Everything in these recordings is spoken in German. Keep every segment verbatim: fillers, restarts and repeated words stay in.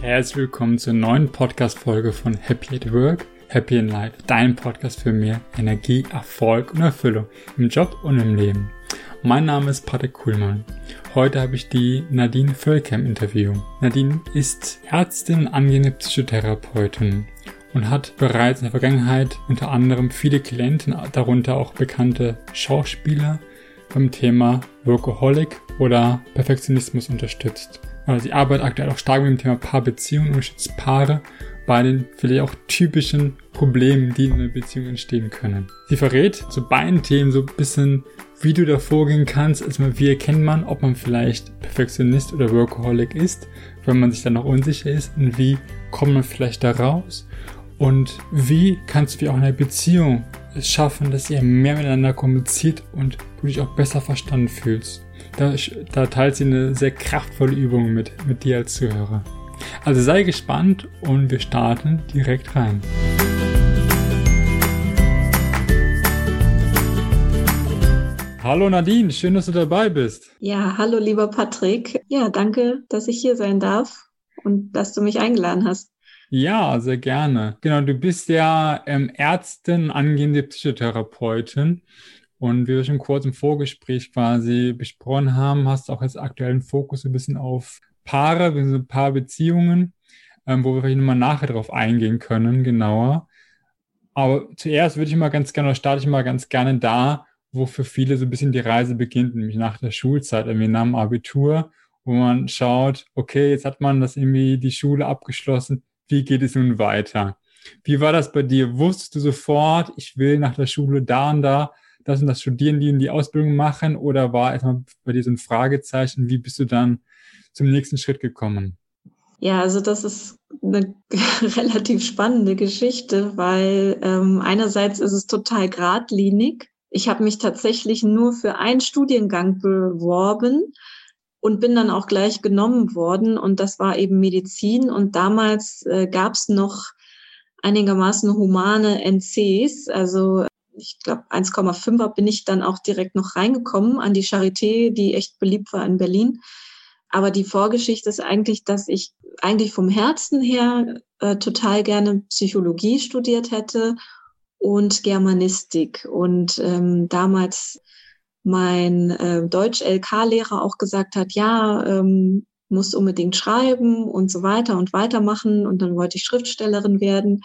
Herzlich willkommen zur neuen Podcast-Folge von Happy at Work, Happy in Life, dein Podcast für mehr Energie, Erfolg und Erfüllung im Job und im Leben. Mein Name ist Patrick Kuhlmann. Heute habe ich die Nadine Völker im Interview. Nadine ist Ärztin, angehende Psychotherapeutin und hat bereits in der Vergangenheit unter anderem viele Klienten, darunter auch bekannte Schauspieler, beim Thema Workaholic oder Perfektionismus unterstützt. Sie arbeitet aktuell auch stark mit dem Thema Paarbeziehungen und unterstützt Paare bei den vielleicht auch typischen Problemen, die in einer Beziehung entstehen können. Sie verrät zu beiden Themen so ein bisschen, wie du da vorgehen kannst. Also wie erkennt man, ob man vielleicht Perfektionist oder Workaholic ist, wenn man sich dann noch unsicher ist, und wie kommt man vielleicht da raus und wie kannst du auch in einer Beziehung es schaffen, dass ihr mehr miteinander kommuniziert und du dich auch besser verstanden fühlst. Da, da teilt sie eine sehr kraftvolle Übung mit, mit dir als Zuhörer. Also sei gespannt und wir starten direkt rein. Hallo Nadine, schön, dass du dabei bist. Ja, hallo lieber Patrick. Ja, danke, dass ich hier sein darf und dass du mich eingeladen hast. Ja, sehr gerne. Genau, du bist ja ähm, Ärztin, angehende Psychotherapeutin. Und wie wir schon kurz im Vorgespräch quasi besprochen haben, hast du auch jetzt aktuellen Fokus ein bisschen auf Paare, ein paar Beziehungen, ähm, wo wir vielleicht nochmal nachher drauf eingehen können, genauer. Aber zuerst würde ich mal ganz gerne, oder starte ich mal ganz gerne da, wo für viele so ein bisschen die Reise beginnt, nämlich nach der Schulzeit, irgendwie nach dem Abitur, wo man schaut, okay, jetzt hat man das irgendwie die Schule abgeschlossen, wie geht es nun weiter? Wie war das bei dir? Wusstest du sofort, ich will nach der Schule da und da das und das studieren, die in die Ausbildung machen, oder war erstmal bei dir so ein Fragezeichen, wie bist du dann zum nächsten Schritt gekommen? Ja, also das ist eine relativ spannende Geschichte, weil ähm, einerseits ist es total geradlinig. Ich habe mich tatsächlich nur für einen Studiengang beworben und bin dann auch gleich genommen worden, und das war eben Medizin, und damals äh, gab es noch einigermaßen humane N Cs, also ich glaube eins Komma fünfer bin ich dann auch direkt noch reingekommen an die Charité, die echt beliebt war in Berlin. Aber die Vorgeschichte ist eigentlich, dass ich eigentlich vom Herzen her äh, total gerne Psychologie studiert hätte und Germanistik. Und ähm, damals mein äh, Deutsch-L K-Lehrer auch gesagt hat, ja, ähm, muss unbedingt schreiben und so weiter und weitermachen. Und dann wollte ich Schriftstellerin werden.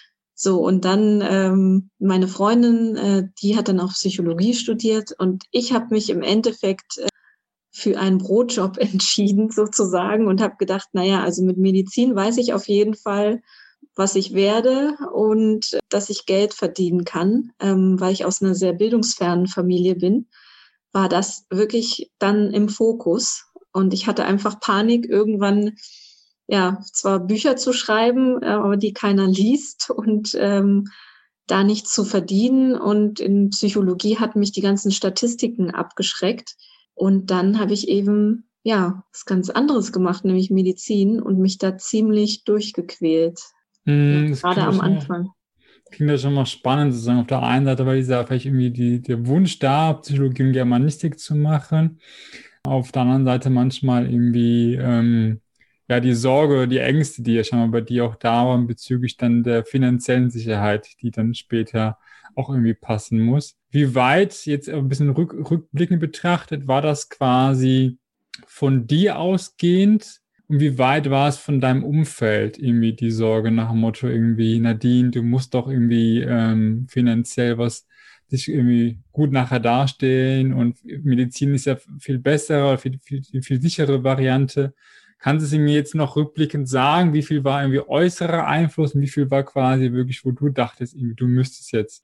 So, und dann ähm, meine Freundin, äh, die hat dann auch Psychologie studiert, und ich habe mich im Endeffekt äh, für einen Brotjob entschieden sozusagen und habe gedacht, naja, also mit Medizin weiß ich auf jeden Fall, was ich werde und äh, dass ich Geld verdienen kann, ähm, weil ich aus einer sehr bildungsfernen Familie bin, war das wirklich dann im Fokus. Und ich hatte einfach Panik, irgendwann ja, zwar Bücher zu schreiben, aber die keiner liest, und ähm, da nichts zu verdienen. Und in Psychologie hatten mich die ganzen Statistiken abgeschreckt. Und dann habe ich eben, ja, was ganz anderes gemacht, nämlich Medizin, und mich da ziemlich durchgequält. Mm, Ja, gerade am Anfang. Klingt ja schon mal spannend, sozusagen. Auf der einen Seite war dieser vielleicht irgendwie die, der Wunsch da, Psychologie und Germanistik zu machen. Auf der anderen Seite manchmal irgendwie ähm, ja die Sorge, die Ängste, die ja schon mal bei dir auch da waren bezüglich dann der finanziellen Sicherheit, die dann später auch irgendwie passen muss. Wie weit, jetzt ein bisschen rück, rückblickend betrachtet, war das quasi von dir ausgehend, und wie weit war es von deinem Umfeld irgendwie die Sorge nach dem Motto irgendwie, Nadine, du musst doch irgendwie ähm, finanziell was sich irgendwie gut nachher dastehen, und Medizin ist ja viel bessere, viel, viel, viel sichere Variante. Kannst du mir jetzt noch rückblickend sagen, wie viel war irgendwie äußerer Einfluss und wie viel war quasi wirklich, wo du dachtest, irgendwie, du müsstest jetzt?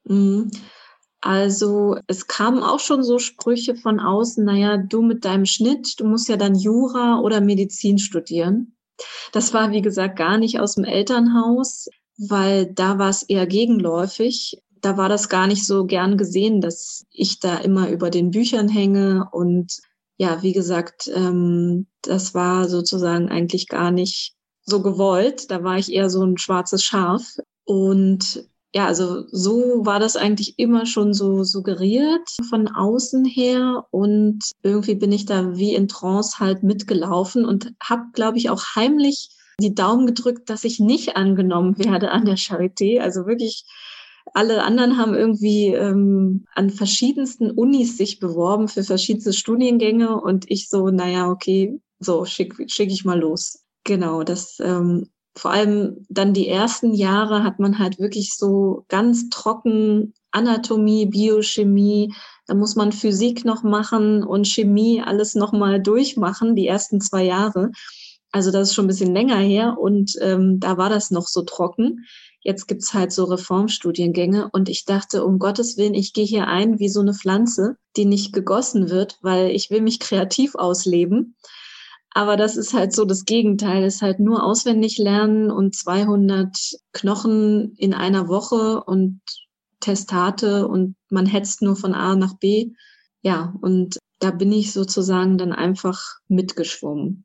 Also es kamen auch schon so Sprüche von außen, naja, du mit deinem Schnitt, du musst ja dann Jura oder Medizin studieren. Das war, wie gesagt, gar nicht aus dem Elternhaus, weil da war es eher gegenläufig. Da war das gar nicht so gern gesehen, dass ich da immer über den Büchern hänge. Und ja, wie gesagt, ähm, das war sozusagen eigentlich gar nicht so gewollt. Da war ich eher so ein schwarzes Schaf. Und ja, also so war das eigentlich immer schon so suggeriert von außen her. Und irgendwie bin ich da wie in Trance halt mitgelaufen und habe, glaube ich, auch heimlich die Daumen gedrückt, dass ich nicht angenommen werde an der Charité. Also wirklich, alle anderen haben irgendwie ähm, an verschiedensten Unis sich beworben für verschiedenste Studiengänge und ich so, naja, okay, so schicke schick ich mal los. Genau, das ähm, vor allem dann die ersten Jahre hat man halt wirklich so ganz trocken Anatomie, Biochemie, da muss man Physik noch machen und Chemie alles nochmal durchmachen, die ersten zwei Jahre. Also das ist schon ein bisschen länger her und ähm, da war das noch so trocken. Jetzt gibt's halt so Reformstudiengänge und ich dachte, um Gottes Willen, ich gehe hier ein wie so eine Pflanze, die nicht gegossen wird, weil ich will mich kreativ ausleben. Aber das ist halt so das Gegenteil, das ist halt nur auswendig lernen und zweihundert Knochen in einer Woche und Testate und man hetzt nur von A nach B. Ja, und da bin ich sozusagen dann einfach mitgeschwommen.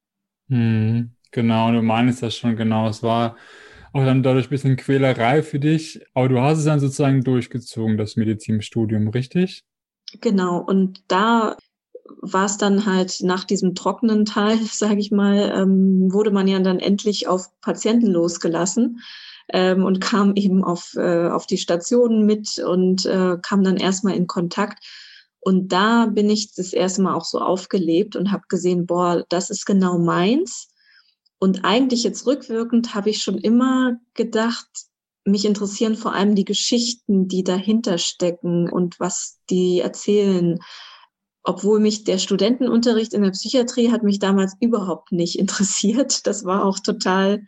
Hm, genau, du meinst das schon genau. Es war auch dann dadurch ein bisschen Quälerei für dich, aber du hast es dann sozusagen durchgezogen, das Medizinstudium, richtig? Genau, und da war es dann halt nach diesem trockenen Teil, sage ich mal, ähm, wurde man ja dann endlich auf Patienten losgelassen ähm, und kam eben auf, äh, auf die Stationen mit und äh, kam dann erstmal in Kontakt. Und da bin ich das erste Mal auch so aufgelebt und habe gesehen, boah, das ist genau meins. Und eigentlich jetzt rückwirkend habe ich schon immer gedacht, mich interessieren vor allem die Geschichten, die dahinter stecken und was die erzählen. Obwohl mich der Studentenunterricht in der Psychiatrie hat mich damals überhaupt nicht interessiert. Das war auch total,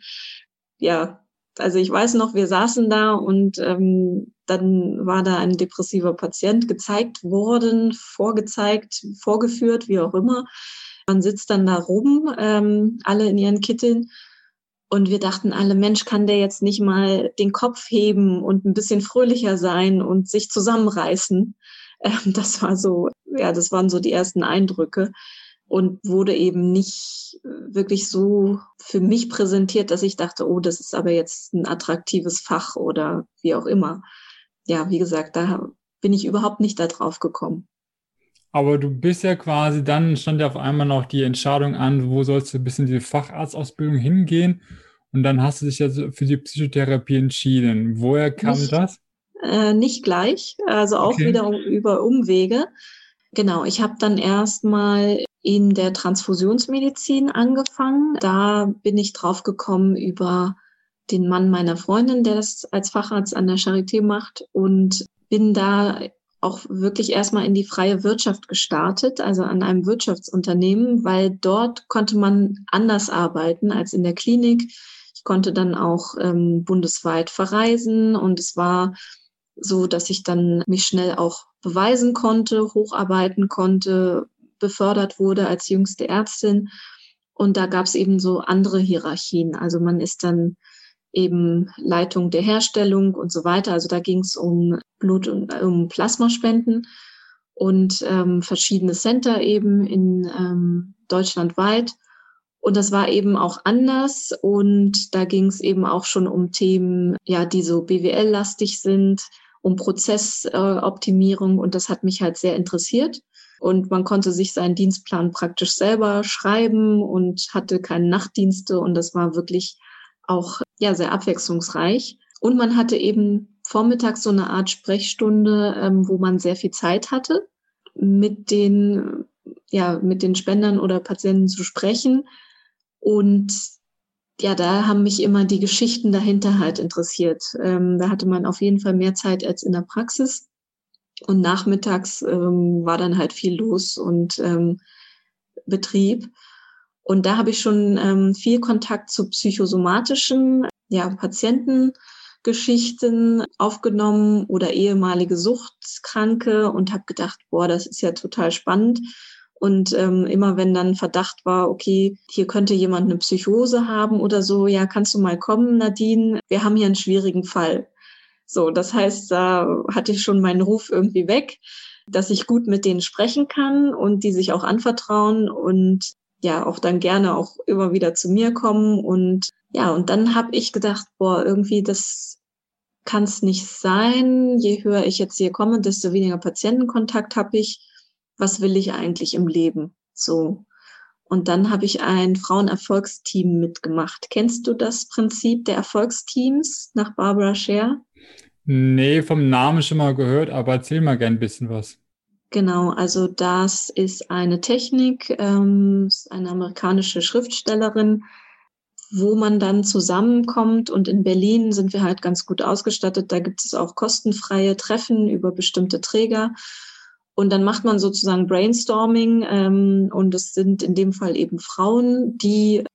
ja, also ich weiß noch, wir saßen da und ähm, dann war da ein depressiver Patient gezeigt worden, vorgezeigt, vorgeführt, wie auch immer. Man sitzt dann da rum, ähm, alle in ihren Kitteln. Und wir dachten alle, Mensch, kann der jetzt nicht mal den Kopf heben und ein bisschen fröhlicher sein und sich zusammenreißen? Ähm, das war so, ja, das waren so die ersten Eindrücke und wurde eben nicht wirklich so für mich präsentiert, dass ich dachte, oh, das ist aber jetzt ein attraktives Fach oder wie auch immer. Ja, wie gesagt, da bin ich überhaupt nicht da drauf gekommen. Aber du bist ja quasi, dann stand ja auf einmal noch die Entscheidung an, wo sollst du ein bisschen die Facharztausbildung hingehen? Und dann hast du dich ja so für die Psychotherapie entschieden. Woher kam Nicht, das? äh, nicht gleich, also auch Okay. wieder um, über Umwege. Genau, ich habe dann erstmal in der Transfusionsmedizin angefangen. Da bin ich drauf gekommen über den Mann meiner Freundin, der das als Facharzt an der Charité macht und bin da auch wirklich erstmal in die freie Wirtschaft gestartet, also an einem Wirtschaftsunternehmen, weil dort konnte man anders arbeiten als in der Klinik. Ich konnte dann auch ähm, bundesweit verreisen und es war so, dass ich dann mich schnell auch beweisen konnte, hocharbeiten konnte, befördert wurde als jüngste Ärztin. Und da gab es eben so andere Hierarchien. Also man ist dann eben Leitung der Herstellung und so weiter. Also da ging es um Blut und um Plasmaspenden und ähm, verschiedene Center eben in ähm, deutschlandweit. Und das war eben auch anders. Und da ging es eben auch schon um Themen, ja, die so B W L-lastig sind, um Prozessoptimierung. Äh, und das hat mich halt sehr interessiert. Und man konnte sich seinen Dienstplan praktisch selber schreiben und hatte keine Nachtdienste. Und das war wirklich auch ja sehr abwechslungsreich. Und man hatte eben vormittags so eine Art Sprechstunde, ähm, wo man sehr viel Zeit hatte, mit den, ja, mit den Spendern oder Patienten zu sprechen. Und ja, da haben mich immer die Geschichten dahinter halt interessiert. Ähm, da hatte man auf jeden Fall mehr Zeit als in der Praxis. Und nachmittags ähm, war dann halt viel los und ähm, Betrieb. Und da habe ich schon ähm, viel Kontakt zu psychosomatischen ja, Patientengeschichten aufgenommen oder ehemalige Suchtkranke und habe gedacht, boah, das ist ja total spannend. Und ähm, immer wenn dann Verdacht war, okay, hier könnte jemand eine Psychose haben oder so, ja, kannst du mal kommen, Nadine? Wir haben hier einen schwierigen Fall. So, das heißt, da hatte ich schon meinen Ruf irgendwie weg, dass ich gut mit denen sprechen kann und die sich auch anvertrauen und ja, auch dann gerne auch immer wieder zu mir kommen. Und ja, und dann habe ich gedacht, boah, irgendwie das kann es nicht sein. Je höher ich jetzt hier komme, desto weniger Patientenkontakt habe ich. Was will ich eigentlich im Leben? So. Und dann habe ich ein Frauenerfolgsteam mitgemacht. Kennst du das Prinzip der Erfolgsteams nach Barbara Scher? Nee, vom Namen schon mal gehört, aber erzähl mal gern ein bisschen was. Genau, also das ist eine Technik, ähm, ist eine amerikanische Schriftstellerin, wo man dann zusammenkommt. Und in Berlin sind wir halt ganz gut ausgestattet. Da gibt es auch kostenfreie Treffen über bestimmte Träger. Und dann macht man sozusagen Brainstorming. Ähm, und es sind in dem Fall eben Frauen, die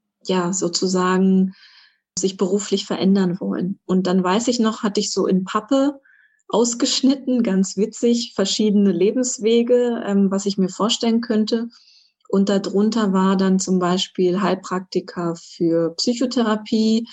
ja sozusagen sich beruflich verändern wollen. Und dann weiß ich noch, hatte ich so in Pappe ausgeschnitten, ganz witzig, verschiedene Lebenswege, ähm, was ich mir vorstellen könnte. Und darunter war dann zum Beispiel Heilpraktiker für Psychotherapie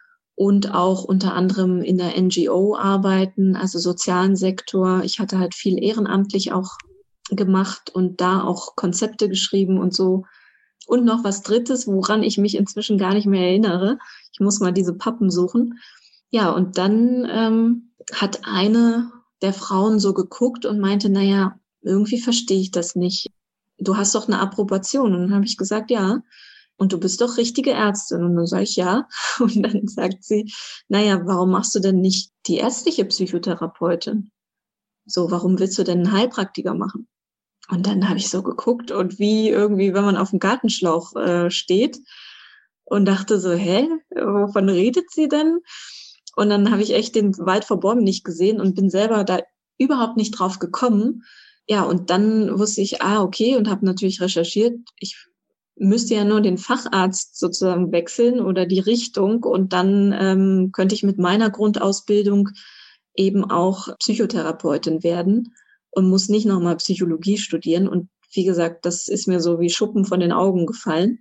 und auch unter anderem in der N G O arbeiten, also sozialen Sektor. Ich hatte halt viel ehrenamtlich auch gemacht und da auch Konzepte geschrieben und so. Und noch was Drittes, woran ich mich inzwischen gar nicht mehr erinnere. Ich muss mal diese Pappen suchen. Ja, und dann ähm, hat eine der Frauen so geguckt und meinte, naja, irgendwie verstehe ich das nicht. Du hast doch eine Approbation. Und dann habe ich gesagt, ja. Und du bist doch richtige Ärztin. Und dann sage ich, ja. Und dann sagt sie, naja, warum machst du denn nicht die ärztliche Psychotherapeutin? So, warum willst du denn einen Heilpraktiker machen? Und dann habe ich so geguckt und wie irgendwie, wenn man auf dem Gartenschlauch äh, steht und dachte so, hä, wovon redet sie denn? Und dann habe ich echt den Wald vor Bäumen nicht gesehen und bin selber da überhaupt nicht drauf gekommen. Ja, und dann wusste ich, ah, okay, und habe natürlich recherchiert. Ich müsste ja nur den Facharzt sozusagen wechseln oder die Richtung und dann ähm, könnte ich mit meiner Grundausbildung eben auch Psychotherapeutin werden und muss nicht nochmal Psychologie studieren. Und wie gesagt, das ist mir so wie Schuppen von den Augen gefallen.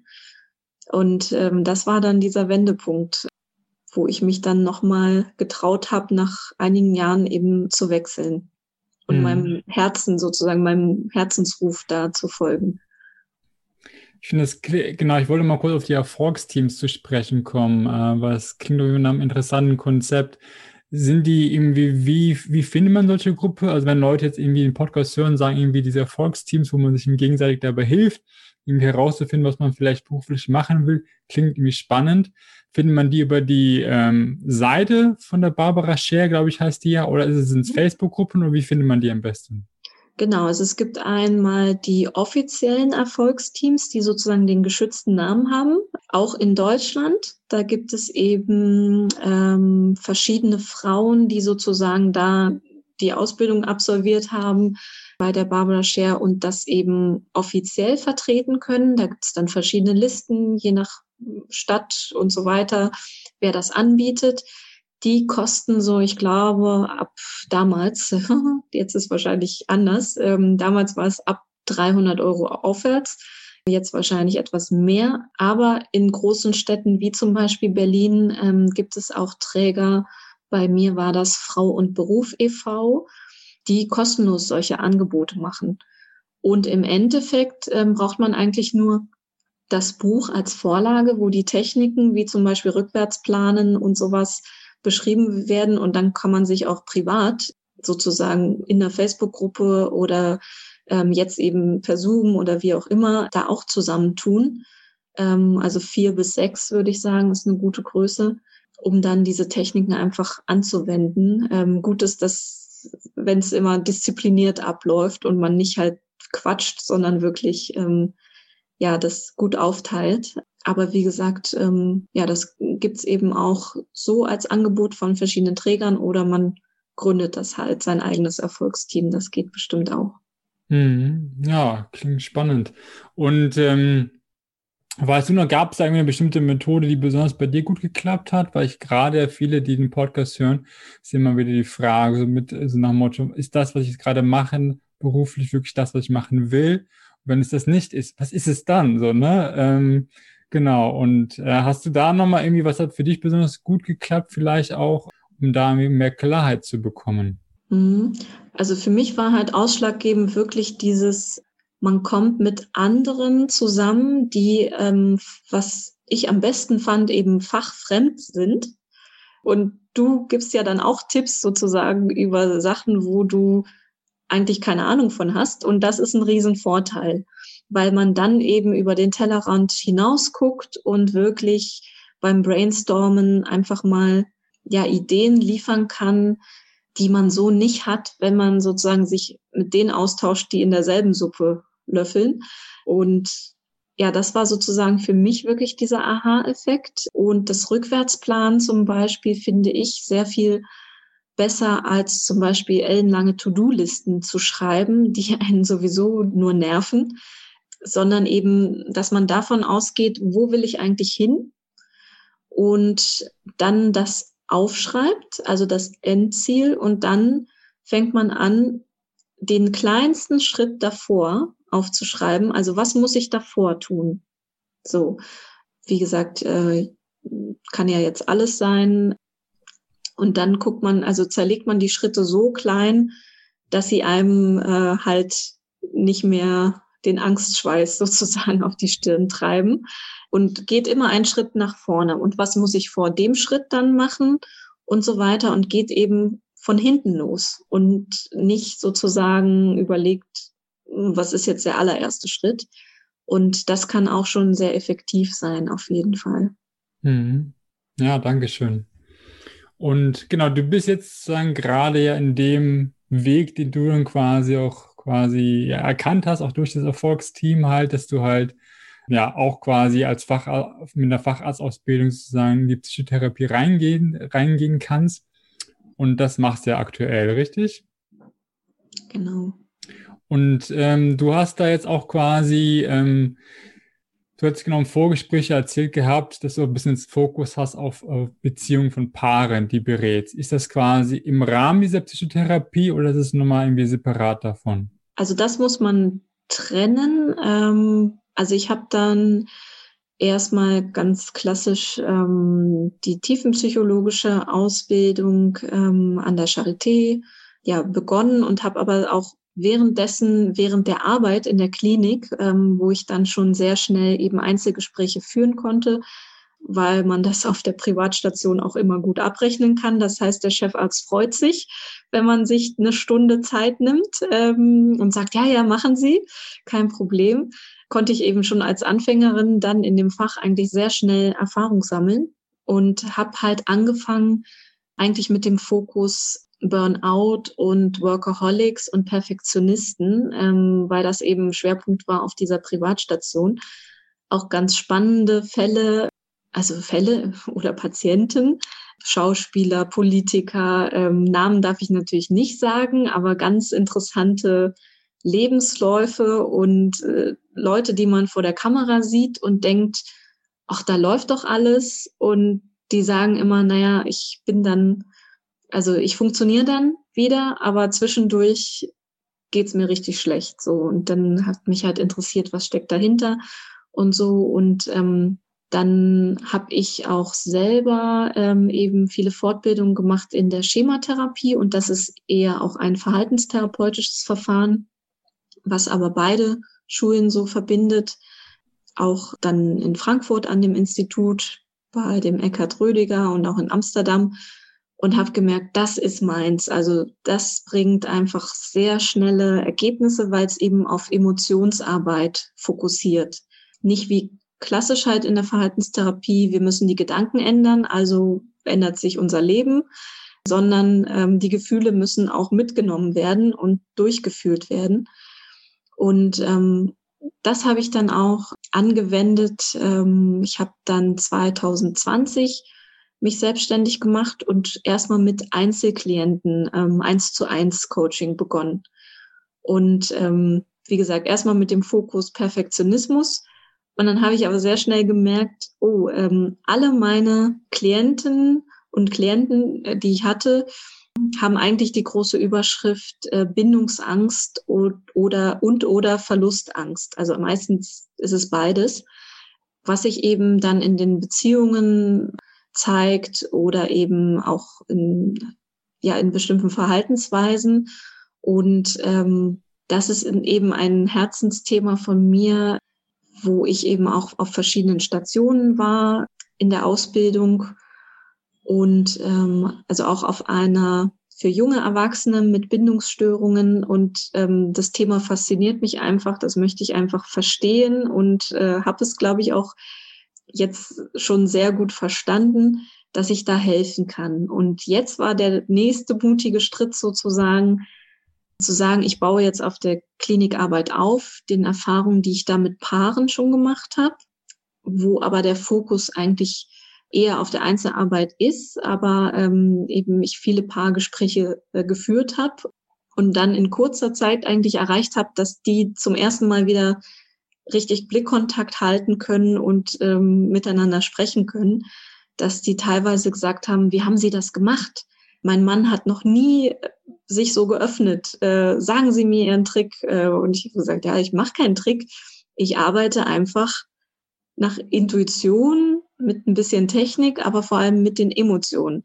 Und ähm, das war dann dieser Wendepunkt, wo ich mich dann nochmal getraut habe, nach einigen Jahren eben zu wechseln und hm. meinem Herzen sozusagen, meinem Herzensruf da zu folgen. Ich finde es, genau, ich wollte mal kurz auf die Erfolgsteams zu sprechen kommen, äh, weil es klingt nach einem interessanten Konzept. Sind die irgendwie, wie, wie findet man solche Gruppe? Also wenn Leute jetzt irgendwie den Podcast hören, sagen irgendwie diese Erfolgsteams, wo man sich gegenseitig dabei hilft, irgendwie herauszufinden, was man vielleicht beruflich machen will, klingt irgendwie spannend. Findet man die über die ähm, Seite von der Barbara Scher, glaube ich, heißt die ja, oder ist es ins Facebook-Gruppen oder wie findet man die am besten? Genau, also es gibt einmal die offiziellen Erfolgsteams, die sozusagen den geschützten Namen haben, auch in Deutschland. Da gibt es eben ähm, verschiedene Frauen, die sozusagen da die Ausbildung absolviert haben bei der Barbara Scher und das eben offiziell vertreten können. Da gibt es dann verschiedene Listen, je nach Stadt und so weiter, wer das anbietet. Die kosten so, ich glaube, ab damals, jetzt ist wahrscheinlich anders, ähm, damals war es ab dreihundert Euro aufwärts, jetzt wahrscheinlich etwas mehr. Aber in großen Städten wie zum Beispiel Berlin ähm, gibt es auch Träger, bei mir war das Frau und Beruf e V, die kostenlos solche Angebote machen. Und im Endeffekt ähm, braucht man eigentlich nur das Buch als Vorlage, wo die Techniken wie zum Beispiel Rückwärtsplanen und sowas beschrieben werden und dann kann man sich auch privat sozusagen in der Facebook-Gruppe oder ähm, jetzt eben per Zoom oder wie auch immer da auch zusammentun. Ähm, also vier bis sechs würde ich sagen, ist eine gute Größe, um dann diese Techniken einfach anzuwenden. Ähm, gut ist, dass wenn es immer diszipliniert abläuft und man nicht halt quatscht, sondern wirklich ähm, ja das gut aufteilt. Aber wie gesagt, ähm, ja, das gibt's eben auch so als Angebot von verschiedenen Trägern oder man gründet das halt, sein eigenes Erfolgsteam. Das geht bestimmt auch. Hm, ja, klingt spannend. Und ähm, weißt du noch, gab es da irgendwie eine bestimmte Methode, die besonders bei dir gut geklappt hat? Weil ich gerade viele, die den Podcast hören, ist immer wieder die Frage, so mit, so nach dem Motto, ist das, was ich jetzt gerade mache, beruflich wirklich das, was ich machen will? Und wenn es das nicht ist, was ist es dann? So, ne? Ähm, genau. Und äh, hast du da nochmal irgendwie, was hat für dich besonders gut geklappt, vielleicht auch, um da mehr Klarheit zu bekommen? Also für mich war halt ausschlaggebend wirklich dieses, man kommt mit anderen zusammen, die, ähm, was ich am besten fand, eben fachfremd sind. Und du gibst ja dann auch Tipps sozusagen über Sachen, wo du eigentlich keine Ahnung von hast. Und das ist ein Riesenvorteil. weil man dann eben über den Tellerrand hinaus guckt und wirklich beim Brainstormen einfach mal ja Ideen liefern kann, die man so nicht hat, wenn man sozusagen sich mit denen austauscht, die in derselben Suppe löffeln. Und ja, das war sozusagen für mich wirklich dieser Aha-Effekt. Und das Rückwärtsplan zum Beispiel finde ich sehr viel besser als zum Beispiel ellenlange To-Do-Listen zu schreiben, die einen sowieso nur nerven, sondern eben, dass man davon ausgeht, wo will ich eigentlich hin? Und dann das aufschreibt, also das Endziel, und dann fängt man an, den kleinsten Schritt davor aufzuschreiben. Also was muss ich davor tun? So, wie gesagt, äh, kann ja jetzt alles sein. Und dann guckt man, also zerlegt man die Schritte so klein, dass sie einem äh, halt nicht mehr den Angstschweiß sozusagen auf die Stirn treiben und geht immer einen Schritt nach vorne. Und was muss ich vor dem Schritt dann machen und so weiter und geht eben von hinten los und nicht sozusagen überlegt, was ist jetzt der allererste Schritt. Und das kann auch schon sehr effektiv sein, auf jeden Fall. Mhm. Ja, danke schön. Und genau, du bist jetzt sozusagen gerade ja in dem Weg, den du dann quasi auch quasi ja, erkannt hast, auch durch das Erfolgsteam halt, dass du halt ja auch quasi als Fach mit einer Facharztausbildung sozusagen in die Psychotherapie reingehen, reingehen kannst. Und das machst du ja aktuell, richtig? Genau. Und ähm, du hast da jetzt auch quasi, ähm, du hast genau im Vorgespräch erzählt gehabt, dass du ein bisschen das Fokus hast auf, auf Beziehungen von Paaren, die berätst. Ist das quasi im Rahmen dieser Psychotherapie oder ist es nochmal irgendwie separat davon? Also das muss man trennen. Ähm, also ich habe dann erstmal ganz klassisch ähm, die tiefenpsychologische Ausbildung ähm, an der Charité ja begonnen und habe aber auch währenddessen, während der Arbeit in der Klinik, ähm, wo ich dann schon sehr schnell eben Einzelgespräche führen konnte, weil man das auf der Privatstation auch immer gut abrechnen kann. Das heißt, der Chefarzt freut sich, wenn man sich eine Stunde Zeit nimmt ähm, und sagt, ja, ja, machen Sie, kein Problem. Konnte ich eben schon als Anfängerin dann in dem Fach eigentlich sehr schnell Erfahrung sammeln und habe halt angefangen eigentlich mit dem Fokus Burnout und Workaholics und Perfektionisten, ähm, weil das eben Schwerpunkt war auf dieser Privatstation. Auch ganz spannende Fälle, also Fälle oder Patienten, Schauspieler, Politiker, ähm, Namen darf ich natürlich nicht sagen, aber ganz interessante Lebensläufe und äh, Leute, die man vor der Kamera sieht und denkt, ach, da läuft doch alles. Und die sagen immer, naja, ich bin dann, also ich funktioniere dann wieder, aber zwischendurch geht's mir richtig schlecht. So, und dann hat mich halt interessiert, was steckt dahinter und so. Und ähm, dann habe ich auch selber ähm, eben viele Fortbildungen gemacht in der Schematherapie und das ist eher auch ein verhaltenstherapeutisches Verfahren, was aber beide Schulen so verbindet. Auch dann in Frankfurt an dem Institut bei dem Eckhard Rödiger und auch in Amsterdam und habe gemerkt, das ist meins. Also das bringt einfach sehr schnelle Ergebnisse, weil es eben auf Emotionsarbeit fokussiert. Nicht wie klassisch halt in der Verhaltenstherapie, wir müssen die Gedanken ändern, also ändert sich unser Leben, sondern ähm, die Gefühle müssen auch mitgenommen werden und durchgeführt werden. Und ähm, das habe ich dann auch angewendet. Ähm, ich habe dann zwanzig zwanzig mich selbstständig gemacht und erstmal mit Einzelklienten ähm, eins zu eins Coaching begonnen. Und ähm, wie gesagt, erstmal mit dem Fokus Perfektionismus. Und dann habe ich aber sehr schnell gemerkt, oh, ähm, alle meine Klienten und Klienten, äh, die ich hatte, haben eigentlich die große Überschrift äh, Bindungsangst und oder, und oder Verlustangst. Also meistens ist es beides, was sich eben dann in den Beziehungen zeigt oder eben auch in, ja, in bestimmten Verhaltensweisen. Und ähm, das ist eben ein Herzensthema von mir, wo ich eben auch auf verschiedenen Stationen war in der Ausbildung und ähm, also auch auf einer für junge Erwachsene mit Bindungsstörungen und ähm, das Thema fasziniert mich einfach, das möchte ich einfach verstehen und äh, habe es, glaube ich, auch jetzt schon sehr gut verstanden, dass ich da helfen kann. Und jetzt war der nächste mutige Schritt sozusagen, zu sagen, ich baue jetzt auf der Klinikarbeit auf, den Erfahrungen, die ich da mit Paaren schon gemacht habe, wo aber der Fokus eigentlich eher auf der Einzelarbeit ist, aber ähm, eben ich viele Paargespräche äh, geführt habe und dann in kurzer Zeit eigentlich erreicht habe, dass die zum ersten Mal wieder richtig Blickkontakt halten können und ähm, miteinander sprechen können, dass die teilweise gesagt haben, wie haben Sie das gemacht? Mein Mann hat noch nie sich so geöffnet. Äh, sagen Sie mir Ihren Trick. Äh, und ich habe gesagt, ja, ich mache keinen Trick. Ich arbeite einfach nach Intuition, mit ein bisschen Technik, aber vor allem mit den Emotionen.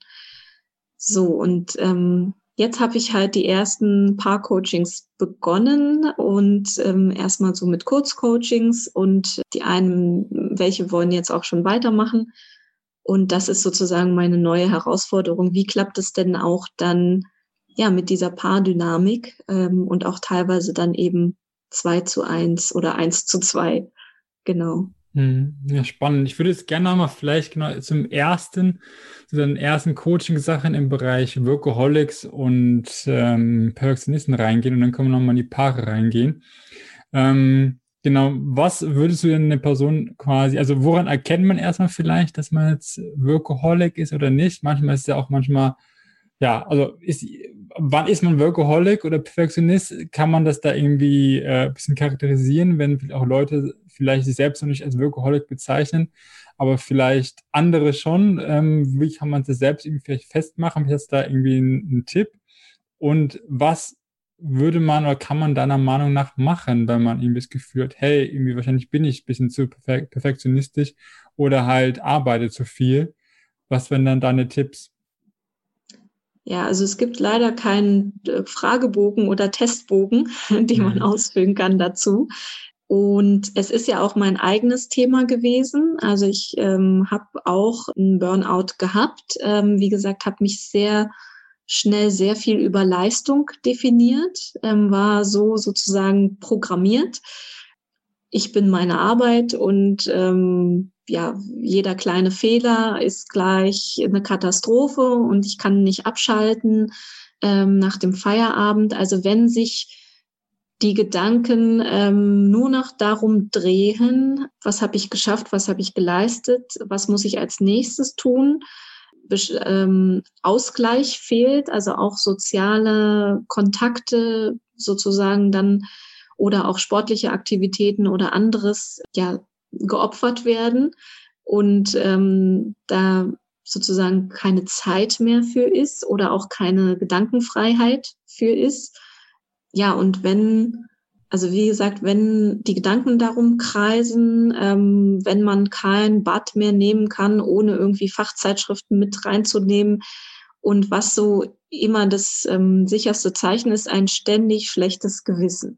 So, und ähm, jetzt habe ich halt die ersten Paar-Coachings begonnen und ähm, erstmal so mit Kurzcoachings und die einen, welche wollen jetzt auch schon weitermachen. Und das ist sozusagen meine neue Herausforderung. Wie klappt es denn auch dann ja mit dieser Paardynamik ähm, und auch teilweise dann eben zwei zu eins oder eins zu zwei? Genau. Ja, spannend. Ich würde jetzt gerne nochmal vielleicht genau zum ersten, zu den ersten Coaching-Sachen im Bereich Workaholics und ähm, Perfektionisten reingehen und dann können wir nochmal in die Paare reingehen. Ähm, genau, was würdest du denn eine Person quasi, also woran erkennt man erstmal vielleicht, dass man jetzt Workaholic ist oder nicht? Manchmal ist es ja auch manchmal, ja, also ist, wann ist man Workaholic oder Perfektionist? Kann man das da irgendwie äh, ein bisschen charakterisieren, wenn auch Leute vielleicht sich selbst noch nicht als Workaholic bezeichnen, aber vielleicht andere schon? Ähm, wie kann man das selbst irgendwie vielleicht festmachen? Habe ich jetzt da irgendwie einen, einen Tipp? Und was würde man oder kann man deiner Meinung nach machen, wenn man irgendwie das Gefühl hat, hey, irgendwie wahrscheinlich bin ich ein bisschen zu perfek- perfektionistisch oder halt arbeite zu viel? Was wären dann deine Tipps? Ja, also es gibt leider keinen äh, Fragebogen oder Testbogen, den man Mhm. ausfüllen kann dazu. Und es ist ja auch mein eigenes Thema gewesen. Also ich ähm, habe auch einen Burnout gehabt. Ähm, wie gesagt, habe mich sehr schnell sehr viel über Leistung definiert, ähm, war so sozusagen programmiert. Ich bin meine Arbeit und ähm, ja, jeder kleine Fehler ist gleich eine Katastrophe und ich kann nicht abschalten ähm, nach dem Feierabend. Also wenn sich die Gedanken ähm, nur noch darum drehen, was habe ich geschafft, was habe ich geleistet, was muss ich als nächstes tun, Besch- ähm, Ausgleich fehlt, also auch soziale Kontakte sozusagen dann oder auch sportliche Aktivitäten oder anderes ja geopfert werden und ähm, da sozusagen keine Zeit mehr für ist oder auch keine Gedankenfreiheit für ist. Ja, und wenn, also wie gesagt, wenn die Gedanken darum kreisen, ähm, wenn man kein Bad mehr nehmen kann, ohne irgendwie Fachzeitschriften mit reinzunehmen und was so immer das ähm, sicherste Zeichen ist, ein ständig schlechtes Gewissen.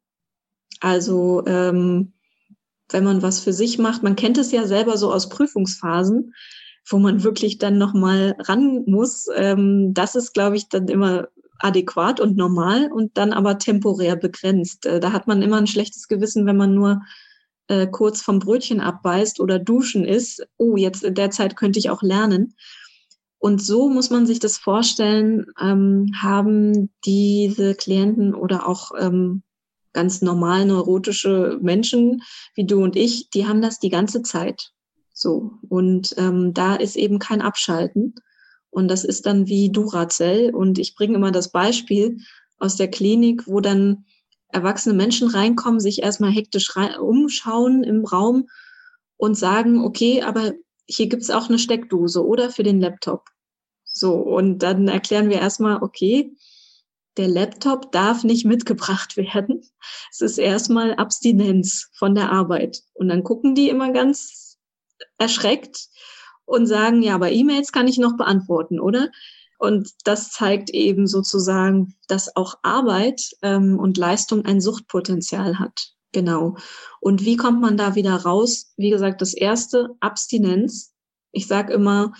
Also ähm, wenn man was für sich macht, man kennt es ja selber so aus Prüfungsphasen, wo man wirklich dann nochmal ran muss. Ähm, das ist, glaube ich, dann immer adäquat und normal und dann aber temporär begrenzt. Äh, da hat man immer ein schlechtes Gewissen, wenn man nur äh, kurz vom Brötchen abbeißt oder duschen ist. Oh, jetzt in der Zeit könnte ich auch lernen. Und so muss man sich das vorstellen, ähm, haben diese Klienten oder auch ähm, ganz normal neurotische Menschen wie du und ich, die haben das die ganze Zeit. So. Und ähm, da ist eben kein Abschalten. Und das ist dann wie Duracell. Und ich bringe immer das Beispiel aus der Klinik, wo dann erwachsene Menschen reinkommen, sich erstmal hektisch rein, umschauen im Raum und sagen, okay, aber hier gibt's auch eine Steckdose oder für den Laptop. So, und dann erklären wir erstmal, okay, der Laptop darf nicht mitgebracht werden. Es ist erstmal Abstinenz von der Arbeit. Und dann gucken die immer ganz erschreckt und sagen, ja, aber E-Mails kann ich noch beantworten, oder? Und das zeigt eben sozusagen, dass auch Arbeit ähm, und Leistung ein Suchtpotenzial hat. Genau. Und wie kommt man da wieder raus? Wie gesagt, das erste, Abstinenz. Ich sage immer,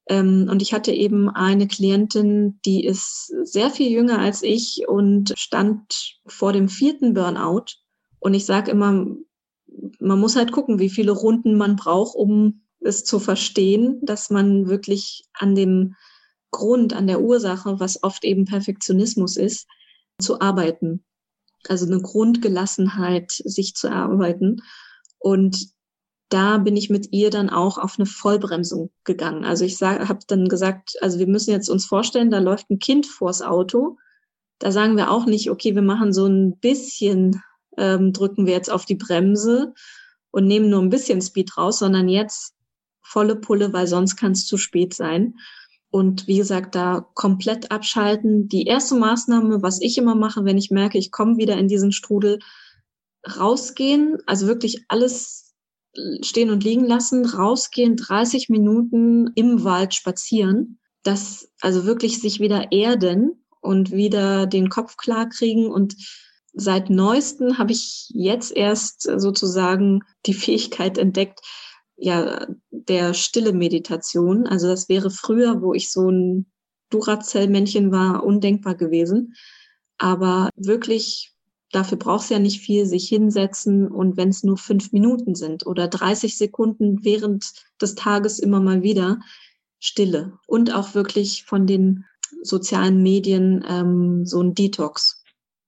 Ähm, und ich hatte eben eine Klientin, die ist sehr viel jünger als ich und stand vor dem vierten Burnout. Und ich sage immer, man muss halt gucken, wie viele Runden man braucht, um es zu verstehen, dass man wirklich an dem Grund, an der Ursache, was oft eben Perfektionismus ist, zu arbeiten. Also eine Grundgelassenheit, sich zu erarbeiten. Und da bin ich mit ihr dann auch auf eine Vollbremsung gegangen. Also ich habe dann gesagt, also wir müssen jetzt uns vorstellen, da läuft ein Kind vors Auto. Da sagen wir auch nicht, okay, wir machen so ein bisschen, ähm, drücken wir jetzt auf die Bremse und nehmen nur ein bisschen Speed raus, sondern jetzt volle Pulle, weil sonst kann es zu spät sein. Und wie gesagt, da komplett abschalten. Die erste Maßnahme, was ich immer mache, wenn ich merke, ich komme wieder in diesen Strudel, rausgehen, also wirklich alles stehen und liegen lassen, rausgehen, dreißig Minuten im Wald spazieren, das also wirklich sich wieder erden und wieder den Kopf klar kriegen. Und seit neuestem habe ich jetzt erst sozusagen die Fähigkeit entdeckt, ja, der stille Meditation. Also das wäre früher, wo ich so ein Duracell-Männchen war, undenkbar gewesen. Aber wirklich, dafür brauchst du ja nicht viel, sich hinsetzen, und wenn es nur fünf Minuten sind oder dreißig Sekunden während des Tages immer mal wieder, Stille. Und auch wirklich von den sozialen Medien ähm, so ein Detox.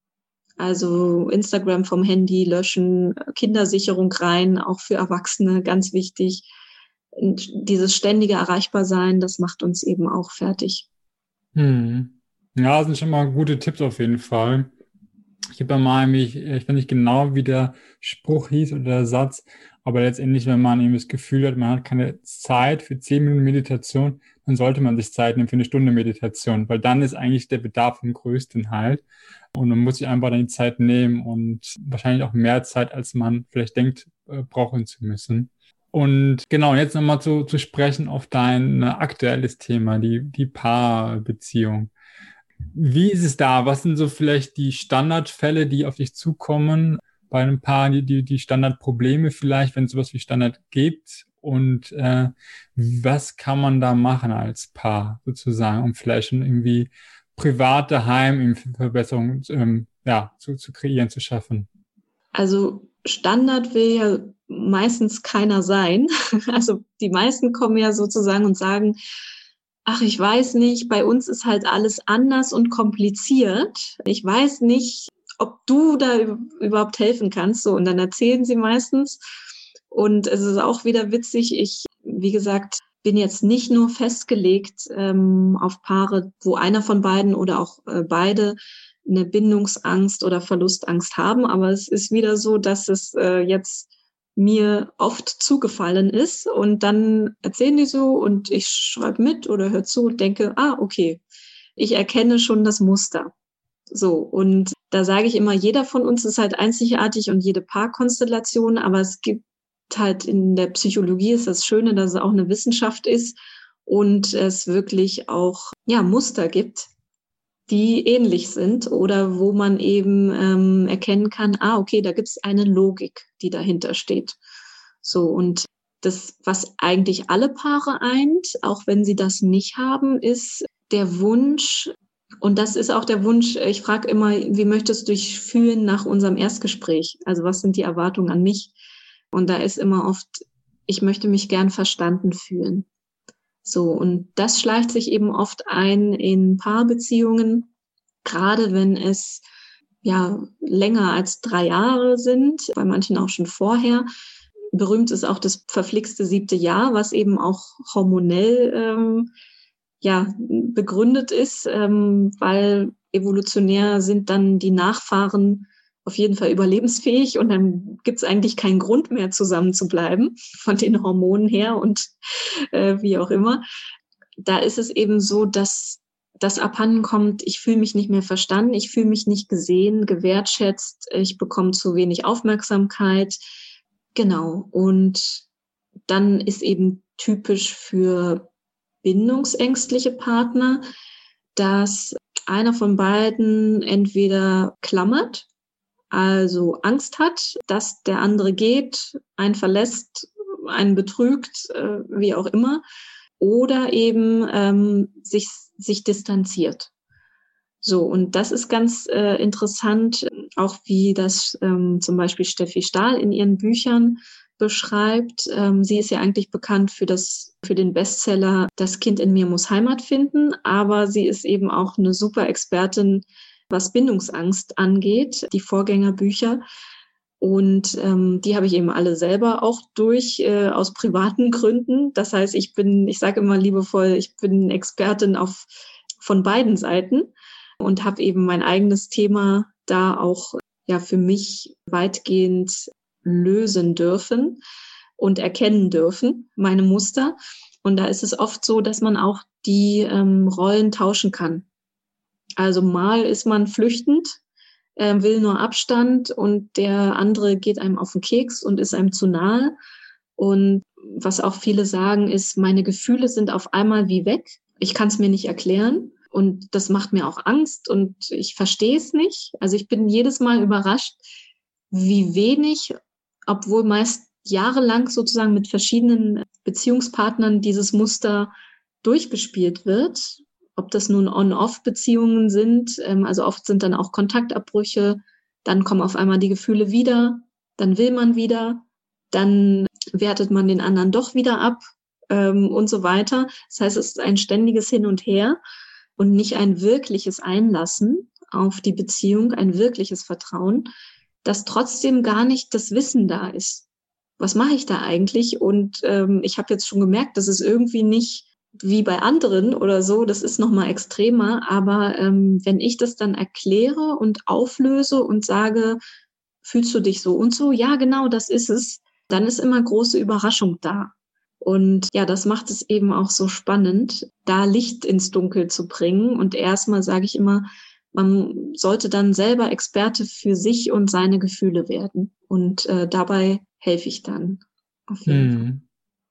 Also Instagram vom Handy löschen, Kindersicherung rein, auch für Erwachsene, ganz wichtig. Und dieses ständige Erreichbarsein, das macht uns eben auch fertig. Hm. Ja, das sind schon mal gute Tipps auf jeden Fall. Ich habe ja mal, ich, ich weiß nicht genau, wie der Spruch hieß oder der Satz, aber letztendlich, wenn man eben das Gefühl hat, man hat keine Zeit für zehn Minuten Meditation, dann sollte man sich Zeit nehmen für eine Stunde Meditation, weil dann ist eigentlich der Bedarf am größten halt. Und man muss sich einfach dann die Zeit nehmen und wahrscheinlich auch mehr Zeit, als man vielleicht denkt, äh, brauchen zu müssen. Und genau, jetzt nochmal zu, zu sprechen auf dein äh, aktuelles Thema, die, die Paarbeziehung. Wie ist es da? Was sind so vielleicht die Standardfälle, die auf dich zukommen bei einem Paar, die, die, die Standardprobleme vielleicht, wenn es sowas wie Standard gibt? Und äh, was kann man da machen als Paar sozusagen, um vielleicht schon irgendwie privat daheim Verbesserungen ähm, ja, zu, zu kreieren, zu schaffen? Also Standard will ja meistens keiner sein. Also die meisten kommen ja sozusagen und sagen, ach, ich weiß nicht, bei uns ist halt alles anders und kompliziert. Ich weiß nicht, ob du da überhaupt helfen kannst. So, und dann erzählen sie meistens. Und es ist auch wieder witzig. Ich, wie gesagt, bin jetzt nicht nur festgelegt ähm, auf Paare, wo einer von beiden oder auch äh, beide eine Bindungsangst oder Verlustangst haben. Aber es ist wieder so, dass es äh, jetzt mir oft zugefallen ist, und dann erzählen die so und ich schreibe mit oder höre zu und denke, ah, okay, ich erkenne schon das Muster. So, und da sage ich immer, jeder von uns ist halt einzigartig und jede Paarkonstellation, aber es gibt halt in der Psychologie, ist das Schöne, dass es auch eine Wissenschaft ist und es wirklich auch ja Muster gibt, die ähnlich sind oder wo man eben ähm, erkennen kann, ah, okay, da gibt es eine Logik, die dahinter steht. So, und das, was eigentlich alle Paare eint, auch wenn sie das nicht haben, ist der Wunsch, und das ist auch der Wunsch, ich frage immer, wie möchtest du dich fühlen nach unserem Erstgespräch? Also was sind die Erwartungen an mich? Und da ist immer oft, ich möchte mich gern verstanden fühlen. So, und das schleicht sich eben oft ein in Paarbeziehungen, gerade wenn es ja länger als drei Jahre sind, bei manchen auch schon vorher. Berühmt ist auch das verflixte siebte Jahr, was eben auch hormonell ähm, ja begründet ist, ähm, weil evolutionär sind dann die Nachfahren auf jeden Fall überlebensfähig und dann gibt es eigentlich keinen Grund mehr, zusammen zu bleiben, von den Hormonen her und äh, wie auch immer. Da ist es eben so, dass das abhanden kommt, ich fühle mich nicht mehr verstanden, ich fühle mich nicht gesehen, gewertschätzt, ich bekomme zu wenig Aufmerksamkeit. Genau, und dann ist eben typisch für bindungsängstliche Partner, dass einer von beiden entweder klammert, also Angst hat, dass der andere geht, einen verlässt, einen betrügt, äh, wie auch immer. oder eben ähm, sich, sich distanziert. So, und das ist ganz äh, interessant, auch wie das ähm, zum Beispiel Steffi Stahl in ihren Büchern beschreibt. Ähm, sie ist ja eigentlich bekannt für das, für den Bestseller Das Kind in mir muss Heimat finden, aber sie ist eben auch eine super Expertin, was Bindungsangst angeht, die Vorgängerbücher. Und ähm, die habe ich eben alle selber auch durch, äh, aus privaten Gründen. Das heißt, ich bin, ich sage immer liebevoll, ich bin Expertin auf von beiden Seiten und habe eben mein eigenes Thema da auch ja für mich weitgehend lösen dürfen und erkennen dürfen, meine Muster. Und da ist es oft so, dass man auch die ähm, Rollen tauschen kann. Also mal ist man flüchtend, äh, will nur Abstand und der andere geht einem auf den Keks und ist einem zu nahe. Und was auch viele sagen, ist, meine Gefühle sind auf einmal wie weg. Ich kann es mir nicht erklären. Und das macht mir auch Angst und ich verstehe es nicht. Also ich bin jedes Mal überrascht, wie wenig, obwohl meist jahrelang sozusagen mit verschiedenen Beziehungspartnern dieses Muster durchgespielt wird. Ob das nun On-Off-Beziehungen sind, also oft sind dann auch Kontaktabbrüche, dann kommen auf einmal die Gefühle wieder, dann will man wieder, dann wertet man den anderen doch wieder ab und so weiter. Das heißt, es ist ein ständiges Hin und Her. Und nicht ein wirkliches Einlassen auf die Beziehung, ein wirkliches Vertrauen, dass trotzdem gar nicht das Wissen da ist. Was mache ich da eigentlich? Und ähm, ich habe jetzt schon gemerkt, das ist irgendwie nicht wie bei anderen oder so, das ist nochmal extremer. Aber ähm, wenn ich das dann erkläre und auflöse und sage, fühlst du dich so und so? Ja, genau, das ist es. Dann ist immer große Überraschung da. Und ja, das macht es eben auch so spannend, da Licht ins Dunkel zu bringen. Und erstmal sage ich immer, man sollte dann selber Experte für sich und seine Gefühle werden. Und äh, dabei helfe ich dann auf jeden hm. Fall.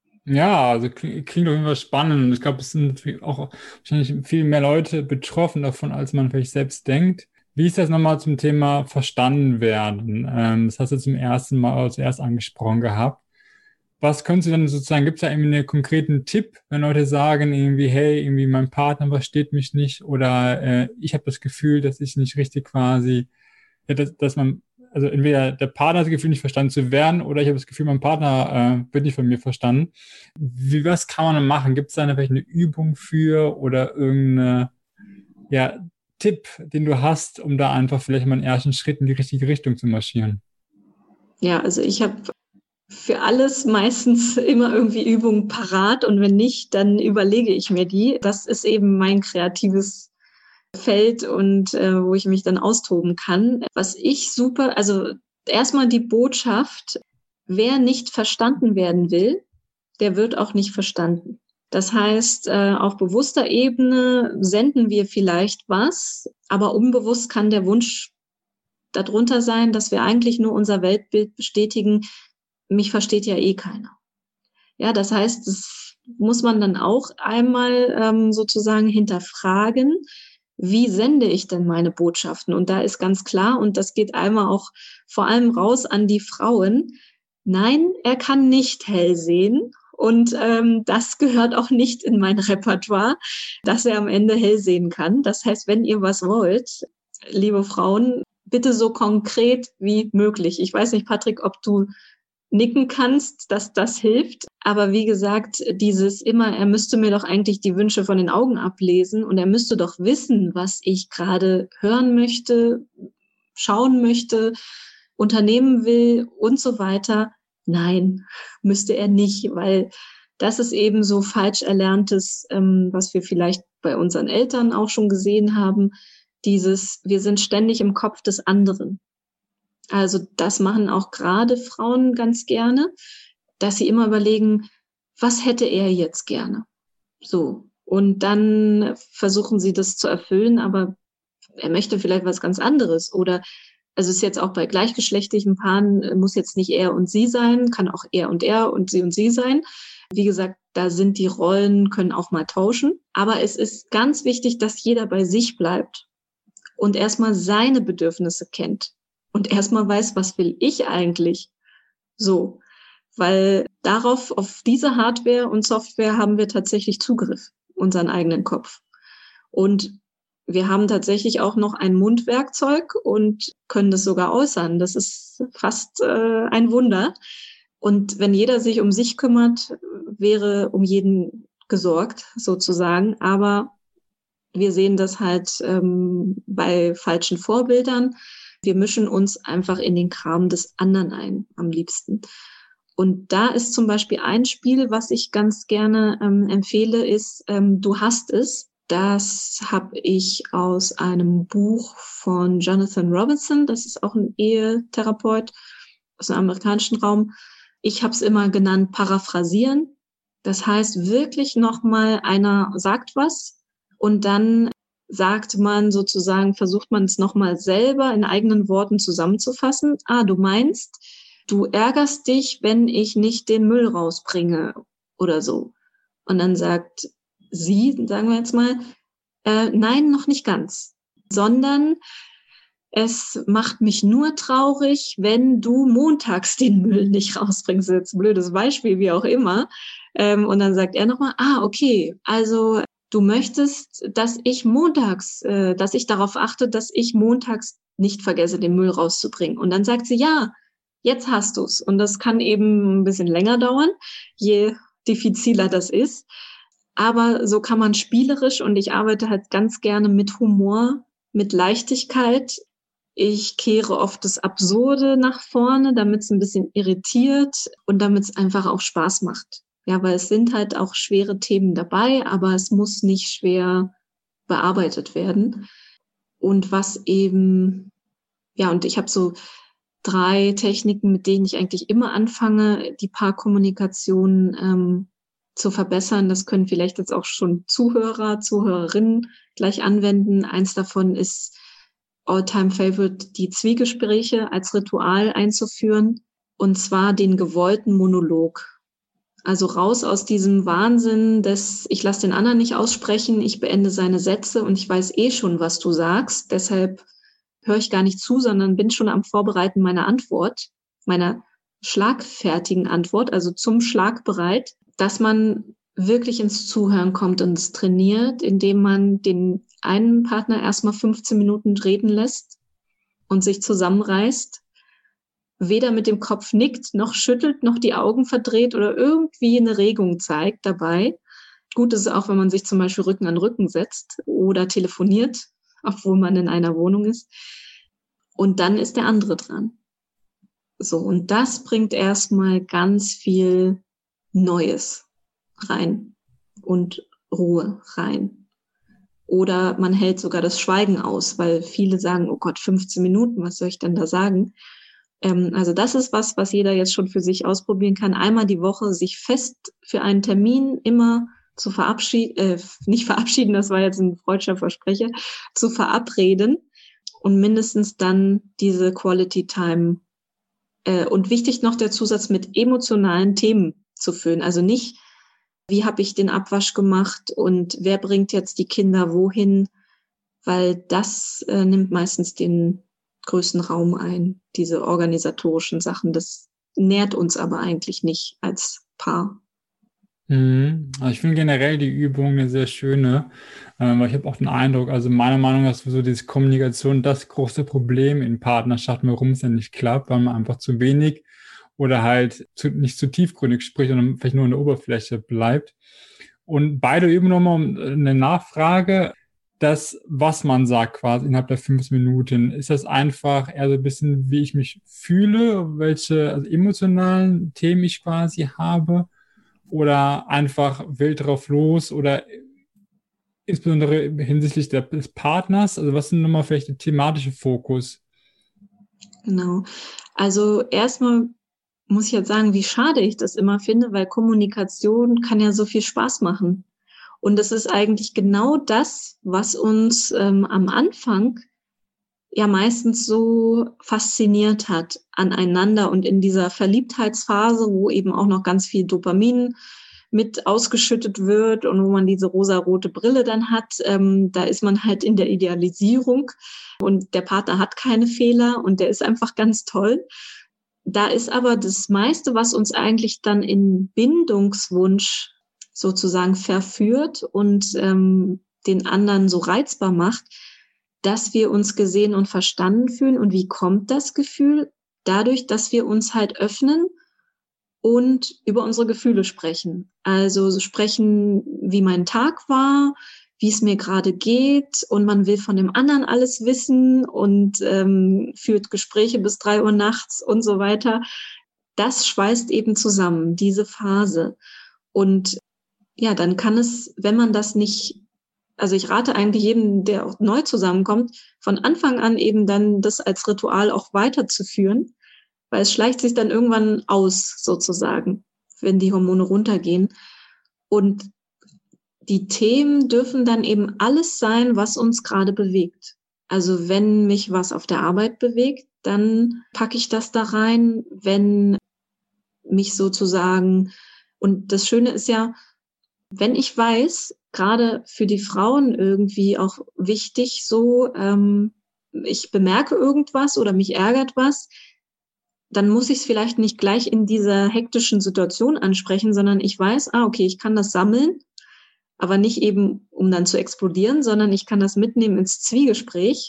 Ja, also klingt, klingt auf jeden Fall spannend. Ich glaube, es sind viel, auch wahrscheinlich viel mehr Leute betroffen davon, als man vielleicht selbst denkt. Wie ist das nochmal zum Thema verstanden werden? Ähm, das hast du zum ersten Mal zuerst angesprochen gehabt. Was könntest du denn sozusagen, gibt es da irgendwie einen konkreten Tipp, wenn Leute sagen irgendwie, hey, irgendwie mein Partner versteht mich nicht oder äh, ich habe das Gefühl, dass ich nicht richtig quasi, ja, dass, dass man, also entweder der Partner hat das Gefühl, nicht verstanden zu werden oder ich habe das Gefühl, mein Partner äh, wird nicht von mir verstanden. Wie, was kann man dann machen? Gibt es da eine, vielleicht eine Übung für oder irgendeine, ja, Tipp, den du hast, um da einfach vielleicht mal einen ersten Schritt in die richtige Richtung zu marschieren? Ja, also ich habe für alles meistens immer irgendwie Übungen parat und wenn nicht, dann überlege ich mir die. Das ist eben mein kreatives Feld und äh, wo ich mich dann austoben kann. Was ich super, also erstmal die Botschaft, wer nicht verstanden werden will, der wird auch nicht verstanden. Das heißt, äh, auf bewusster Ebene senden wir vielleicht was, aber unbewusst kann der Wunsch darunter sein, dass wir eigentlich nur unser Weltbild bestätigen, mich versteht ja eh keiner. Ja, das heißt, das muss man dann auch einmal ähm, sozusagen hinterfragen, wie sende ich denn meine Botschaften? Und da ist ganz klar, und das geht einmal auch vor allem raus an die Frauen, nein, er kann nicht hell sehen. Und ähm, das gehört auch nicht in mein Repertoire, dass er am Ende hell sehen kann. Das heißt, wenn ihr was wollt, liebe Frauen, bitte so konkret wie möglich. Ich weiß nicht, Patrick, ob du nicken kannst, dass das hilft. Aber wie gesagt, dieses immer, er müsste mir doch eigentlich die Wünsche von den Augen ablesen und er müsste doch wissen, was ich gerade hören möchte, schauen möchte, unternehmen will und so weiter. Nein, müsste er nicht, weil das ist eben so falsch erlerntes, ähm, was wir vielleicht bei unseren Eltern auch schon gesehen haben. Dieses, wir sind ständig im Kopf des anderen. Also das machen auch gerade Frauen ganz gerne, dass sie immer überlegen, was hätte er jetzt gerne? So. Und dann versuchen sie das zu erfüllen, aber er möchte vielleicht was ganz anderes. Oder, also es ist jetzt auch bei gleichgeschlechtlichen Paaren, muss jetzt nicht er und sie sein, kann auch er und er und sie und sie sein. Wie gesagt, da sind die Rollen, können auch mal tauschen. Aber es ist ganz wichtig, dass jeder bei sich bleibt und erstmal seine Bedürfnisse kennt. Und erstmal weiß, was will ich eigentlich? So, weil darauf, auf diese Hardware und Software haben wir tatsächlich Zugriff, unseren eigenen Kopf. Und wir haben tatsächlich auch noch ein Mundwerkzeug und können das sogar äußern. Das ist fast äh, ein Wunder. Und wenn jeder sich um sich kümmert, wäre um jeden gesorgt, sozusagen. Aber wir sehen das halt ähm, bei falschen Vorbildern. Wir mischen uns einfach in den Kram des anderen ein, am liebsten. Und da ist zum Beispiel ein Spiel, was ich ganz gerne ähm, empfehle, ist ähm, Du hast es. Das habe ich aus einem Buch von Jonathan Robinson. Das ist auch ein Ehetherapeut aus dem amerikanischen Raum. Ich habe es immer genannt paraphrasieren. Das heißt wirklich nochmal, einer sagt was und dann sagt man sozusagen, versucht man es nochmal selber in eigenen Worten zusammenzufassen. Ah, du meinst, du ärgerst dich, wenn ich nicht den Müll rausbringe oder so. Und dann sagt sie, sagen wir jetzt mal, äh, nein, noch nicht ganz, sondern es macht mich nur traurig, wenn du montags den Müll nicht rausbringst. Das ist jetzt ein blödes Beispiel, wie auch immer. Ähm, und dann sagt er nochmal, ah, okay, also du möchtest, dass ich montags, äh, dass ich darauf achte, dass ich montags nicht vergesse, den Müll rauszubringen. Und dann sagt sie, ja, jetzt hast du's. Und das kann eben ein bisschen länger dauern, je diffiziler das ist. Aber so kann man spielerisch, und ich arbeite halt ganz gerne mit Humor, mit Leichtigkeit. Ich kehre oft das Absurde nach vorne, damit es ein bisschen irritiert und damit es einfach auch Spaß macht. Ja, weil es sind halt auch schwere Themen dabei, aber es muss nicht schwer bearbeitet werden. Und was eben, ja, und ich habe so drei Techniken, mit denen ich eigentlich immer anfange, die Paarkommunikation ähm, zu verbessern. Das können vielleicht jetzt auch schon Zuhörer, Zuhörerinnen gleich anwenden. Eins davon ist All-Time-Favorite, die Zwiegespräche als Ritual einzuführen, und zwar den gewollten Monolog. Also raus aus diesem Wahnsinn des, ich lasse den anderen nicht aussprechen, ich beende seine Sätze und ich weiß eh schon, was du sagst, deshalb höre ich gar nicht zu, sondern bin schon am Vorbereiten meiner Antwort, meiner schlagfertigen Antwort, also zum Schlag bereit, dass man wirklich ins Zuhören kommt und es trainiert, indem man den einen Partner erstmal fünfzehn Minuten reden lässt und sich zusammenreißt, weder mit dem Kopf nickt, noch schüttelt, noch die Augen verdreht oder irgendwie eine Regung zeigt dabei. Gut ist es auch, wenn man sich zum Beispiel Rücken an Rücken setzt oder telefoniert, obwohl man in einer Wohnung ist. Und dann ist der andere dran. So, und das bringt erstmal ganz viel Neues rein und Ruhe rein. Oder man hält sogar das Schweigen aus, weil viele sagen, oh Gott, fünfzehn Minuten, was soll ich denn da sagen? Ähm, also das ist was, was jeder jetzt schon für sich ausprobieren kann. Einmal die Woche sich fest für einen Termin immer zu verabschieden, äh, nicht verabschieden, das war jetzt ein freudscher Versprecher, zu verabreden und mindestens dann diese Quality Time. Äh, und wichtig noch der Zusatz, mit emotionalen Themen zu füllen. Also nicht, wie habe ich den Abwasch gemacht und wer bringt jetzt die Kinder wohin, weil das äh, nimmt meistens den größten Raum ein, diese organisatorischen Sachen. Das nährt uns aber eigentlich nicht als Paar. Mhm. Also ich finde generell die Übung eine sehr schöne, äh, weil ich habe auch den Eindruck, also meiner Meinung nach ist so diese Kommunikation das große Problem in Partnerschaften, warum es dann nicht klappt, weil man einfach zu wenig oder halt zu, nicht zu tiefgründig spricht, sondern vielleicht nur an der Oberfläche bleibt. Und beide üben nochmal um eine Nachfrage, das, was man sagt quasi innerhalb der fünf Minuten. Ist das einfach eher so ein bisschen, wie ich mich fühle, welche also emotionalen Themen ich quasi habe? Oder einfach wild drauf los oder insbesondere hinsichtlich des Partners? Also was sind nochmal vielleicht der thematische Fokus? Genau. Also erstmal muss ich jetzt sagen, wie schade ich das immer finde, weil Kommunikation kann ja so viel Spaß machen. Und das ist eigentlich genau das, was uns ähm, am Anfang ja meistens so fasziniert hat aneinander und in dieser Verliebtheitsphase, wo eben auch noch ganz viel Dopamin mit ausgeschüttet wird und wo man diese rosarote Brille dann hat, ähm, da ist man halt in der Idealisierung und der Partner hat keine Fehler und der ist einfach ganz toll. da ist aber das meiste, was uns eigentlich dann in Bindungswunsch sozusagen verführt und ähm, den anderen so reizbar macht, dass wir uns gesehen und verstanden fühlen. Und wie kommt das Gefühl? Dadurch, dass wir uns halt öffnen und über unsere Gefühle sprechen. Also so sprechen, wie mein Tag war, wie es mir gerade geht, und man will von dem anderen alles wissen und ähm, führt Gespräche bis drei Uhr nachts und so weiter. Das schweißt eben zusammen, diese Phase. Und ja, dann kann es, wenn man das nicht, also ich rate eigentlich jedem, der auch neu zusammenkommt, von Anfang an eben dann das als Ritual auch weiterzuführen, weil es schleicht sich dann irgendwann aus, sozusagen, wenn die Hormone runtergehen. Und die Themen dürfen dann eben alles sein, was uns gerade bewegt. Also wenn mich was auf der Arbeit bewegt, dann packe ich das da rein. Wenn mich sozusagen, und das Schöne ist ja, wenn ich weiß, gerade für die Frauen irgendwie auch wichtig, so, ähm, ich bemerke irgendwas oder mich ärgert was, dann muss ich es vielleicht nicht gleich in dieser hektischen Situation ansprechen, sondern ich weiß, ah, okay, ich kann das sammeln, aber nicht eben, um dann zu explodieren, sondern ich kann das mitnehmen ins Zwiegespräch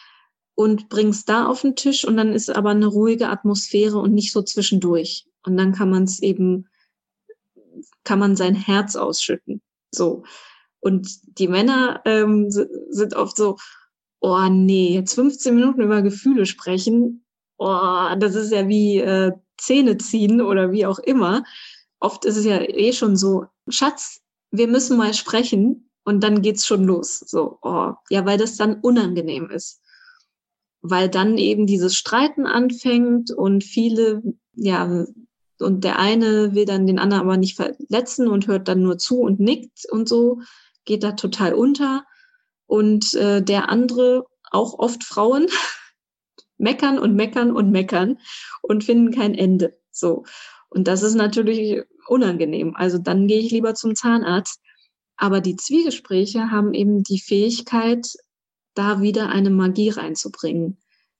und bring's da auf den Tisch, und dann ist aber eine ruhige Atmosphäre und nicht so zwischendurch. Und dann kann man es eben, kann man sein Herz ausschütten. So. Und die Männer ähm, sind oft so, oh nee, jetzt fünfzehn Minuten über Gefühle sprechen, oh, das ist ja wie äh, Zähne ziehen oder wie auch immer. Oft ist es ja eh schon so, Schatz, wir müssen mal sprechen, und dann geht's schon los. So, oh, ja, weil das dann unangenehm ist. Weil dann eben dieses Streiten anfängt und viele, ja, und der eine will dann den anderen aber nicht verletzen und hört dann nur zu und nickt und so, geht da total unter. Und äh, der andere, auch oft Frauen, meckern und meckern und meckern und finden kein Ende. So. Und das ist natürlich unangenehm. Also dann gehe ich lieber zum Zahnarzt. Aber die Zwiegespräche haben eben die Fähigkeit, da wieder eine Magie reinzubringen.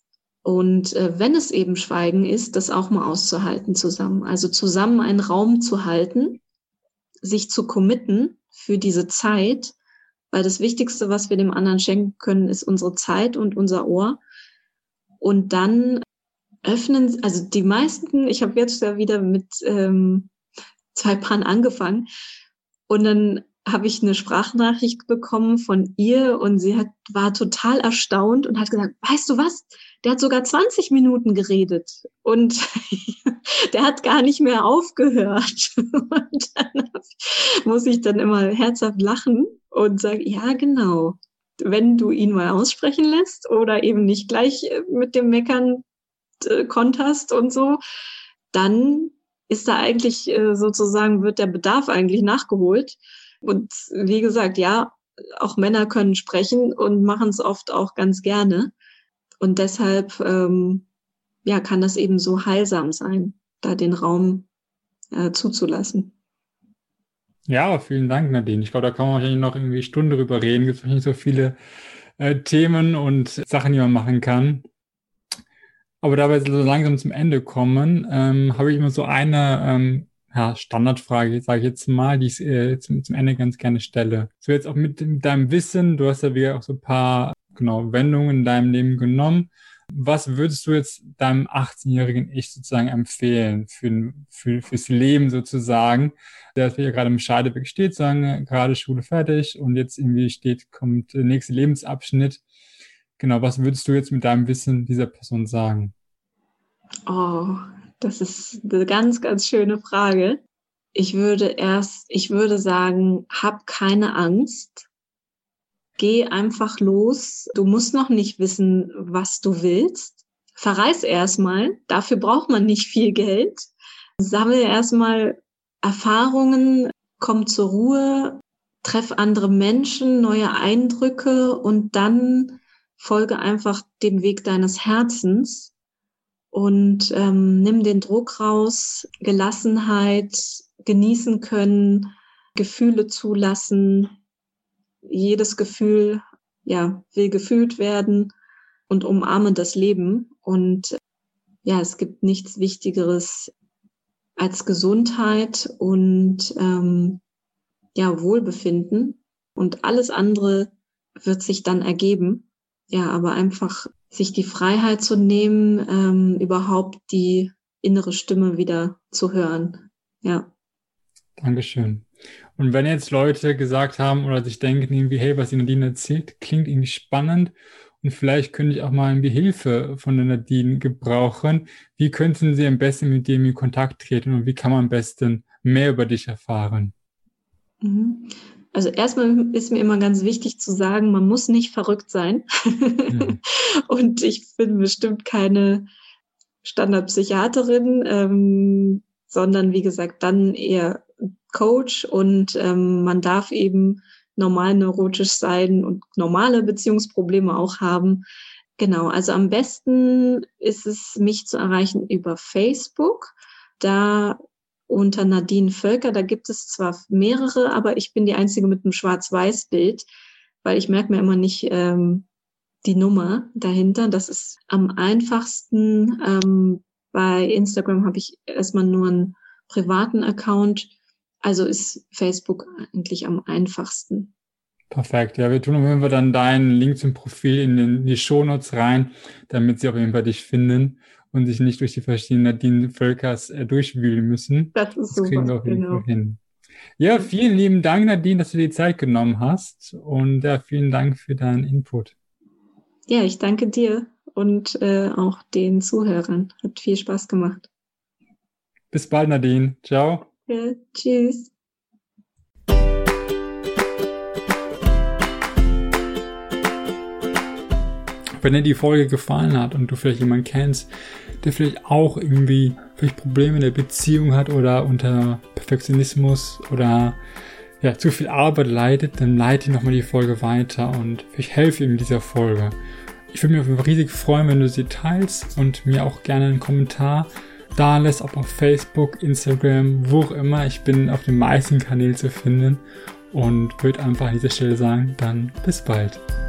Und äh, wenn es eben Schweigen ist, das auch mal auszuhalten zusammen. Also zusammen einen Raum zu halten, sich zu committen für diese Zeit, weil das Wichtigste, was wir dem anderen schenken können, ist unsere Zeit und unser Ohr. Und dann öffnen, also die meisten, ich habe jetzt ja wieder mit ähm, zwei Paaren angefangen, und dann habe ich eine Sprachnachricht bekommen von ihr, und sie hat, war total erstaunt und hat gesagt, weißt du was, der hat sogar zwanzig Minuten geredet und der hat gar nicht mehr aufgehört. Und dann muss ich dann immer herzhaft lachen und sagen, ja genau, wenn du ihn mal aussprechen lässt oder eben nicht gleich mit dem Meckern äh, konterst und so, dann ist da eigentlich äh, sozusagen, wird der Bedarf eigentlich nachgeholt. Und wie gesagt, ja, auch Männer können sprechen und machen es oft auch ganz gerne. Und deshalb ähm, ja, kann das eben so heilsam sein, da den Raum äh, zuzulassen. Ja, vielen Dank, Nadine. Ich glaube, da kann man wahrscheinlich noch irgendwie Stunden drüber reden. Es gibt wahrscheinlich so viele äh, Themen und Sachen, die man machen kann. Aber da wir so langsam zum Ende kommen, ähm, habe ich immer so eine ähm, ja, Standardfrage, sage ich jetzt mal, die ich äh, zum, zum Ende ganz gerne stelle. So jetzt auch mit, mit deinem Wissen, du hast ja wieder auch so ein paar genau Wendungen in deinem Leben genommen. Was würdest du jetzt deinem achtzehnjährigen Ich sozusagen empfehlen für, für, fürs Leben sozusagen, der ja gerade im Scheideweg steht, sagen, gerade Schule fertig und jetzt irgendwie steht, kommt der nächste Lebensabschnitt. Genau, was würdest du jetzt mit deinem Wissen dieser Person sagen? Oh, das ist eine ganz, ganz schöne Frage. Ich würde erst, ich würde sagen, hab keine Angst. Geh einfach los. Du musst noch nicht wissen, was du willst. Verreis erstmal. Dafür braucht man nicht viel Geld. Sammle erstmal Erfahrungen, komm zur Ruhe, treff andere Menschen, neue Eindrücke, und dann folge einfach dem Weg deines Herzens und ähm, nimm den Druck raus, Gelassenheit, genießen können, Gefühle zulassen. Jedes Gefühl, ja, will gefühlt werden, und umarme das Leben. Und ja, es gibt nichts Wichtigeres als Gesundheit und ähm, ja, Wohlbefinden. Und alles andere wird sich dann ergeben. Ja, aber einfach sich die Freiheit zu nehmen, ähm, überhaupt die innere Stimme wieder zu hören. Ja. Dankeschön. Und wenn jetzt Leute gesagt haben oder sich denken irgendwie, hey, was die Nadine erzählt, klingt irgendwie spannend und vielleicht könnte ich auch mal irgendwie Hilfe von der Nadine gebrauchen. Wie könnten sie am besten mit dir in Kontakt treten und wie kann man am besten mehr über dich erfahren? Also erstmal ist mir immer ganz wichtig zu sagen, man muss nicht verrückt sein. Mhm. Und ich bin bestimmt keine Standardpsychiaterin, ähm, sondern wie gesagt dann eher Coach und ähm, man darf eben normal neurotisch sein und normale Beziehungsprobleme auch haben. Genau, also am besten ist es, mich zu erreichen über Facebook. Da unter Nadine Völker, da gibt es zwar mehrere, aber ich bin die Einzige mit einem Schwarz-Weiß-Bild, weil ich merke mir immer nicht ähm, die Nummer dahinter. Das ist am einfachsten. Ähm, bei Instagram habe ich erstmal nur einen privaten Account. Also ist Facebook eigentlich am einfachsten. Perfekt. Ja, wir tun auf jeden Fall dann deinen Link zum Profil in, den, in die Shownotes rein, damit sie auf jeden Fall dich finden und sich nicht durch die verschiedenen Nadine Völkers äh, durchwühlen müssen. Das ist das super, kriegen wir auf jeden genau. Fall hin. Ja, vielen lieben Dank, Nadine, dass du dir die Zeit genommen hast und ja, vielen Dank für deinen Input. Ja, ich danke dir und äh, auch den Zuhörern. Hat viel Spaß gemacht. Bis bald, Nadine. Ciao. Ja, tschüss. Wenn dir die Folge gefallen hat und du vielleicht jemanden kennst, der vielleicht auch irgendwie vielleicht Probleme in der Beziehung hat oder unter Perfektionismus oder ja, zu viel Arbeit leidet, dann leite nochmal die Folge weiter und ich helfe ihm in dieser Folge. Ich würde mich auf jeden Fall riesig freuen, wenn du sie teilst und mir auch gerne einen Kommentar da lässt, ob auf Facebook, Instagram, wo auch immer. Ich bin auf den meisten Kanälen zu finden und würde einfach an dieser Stelle sagen, dann bis bald.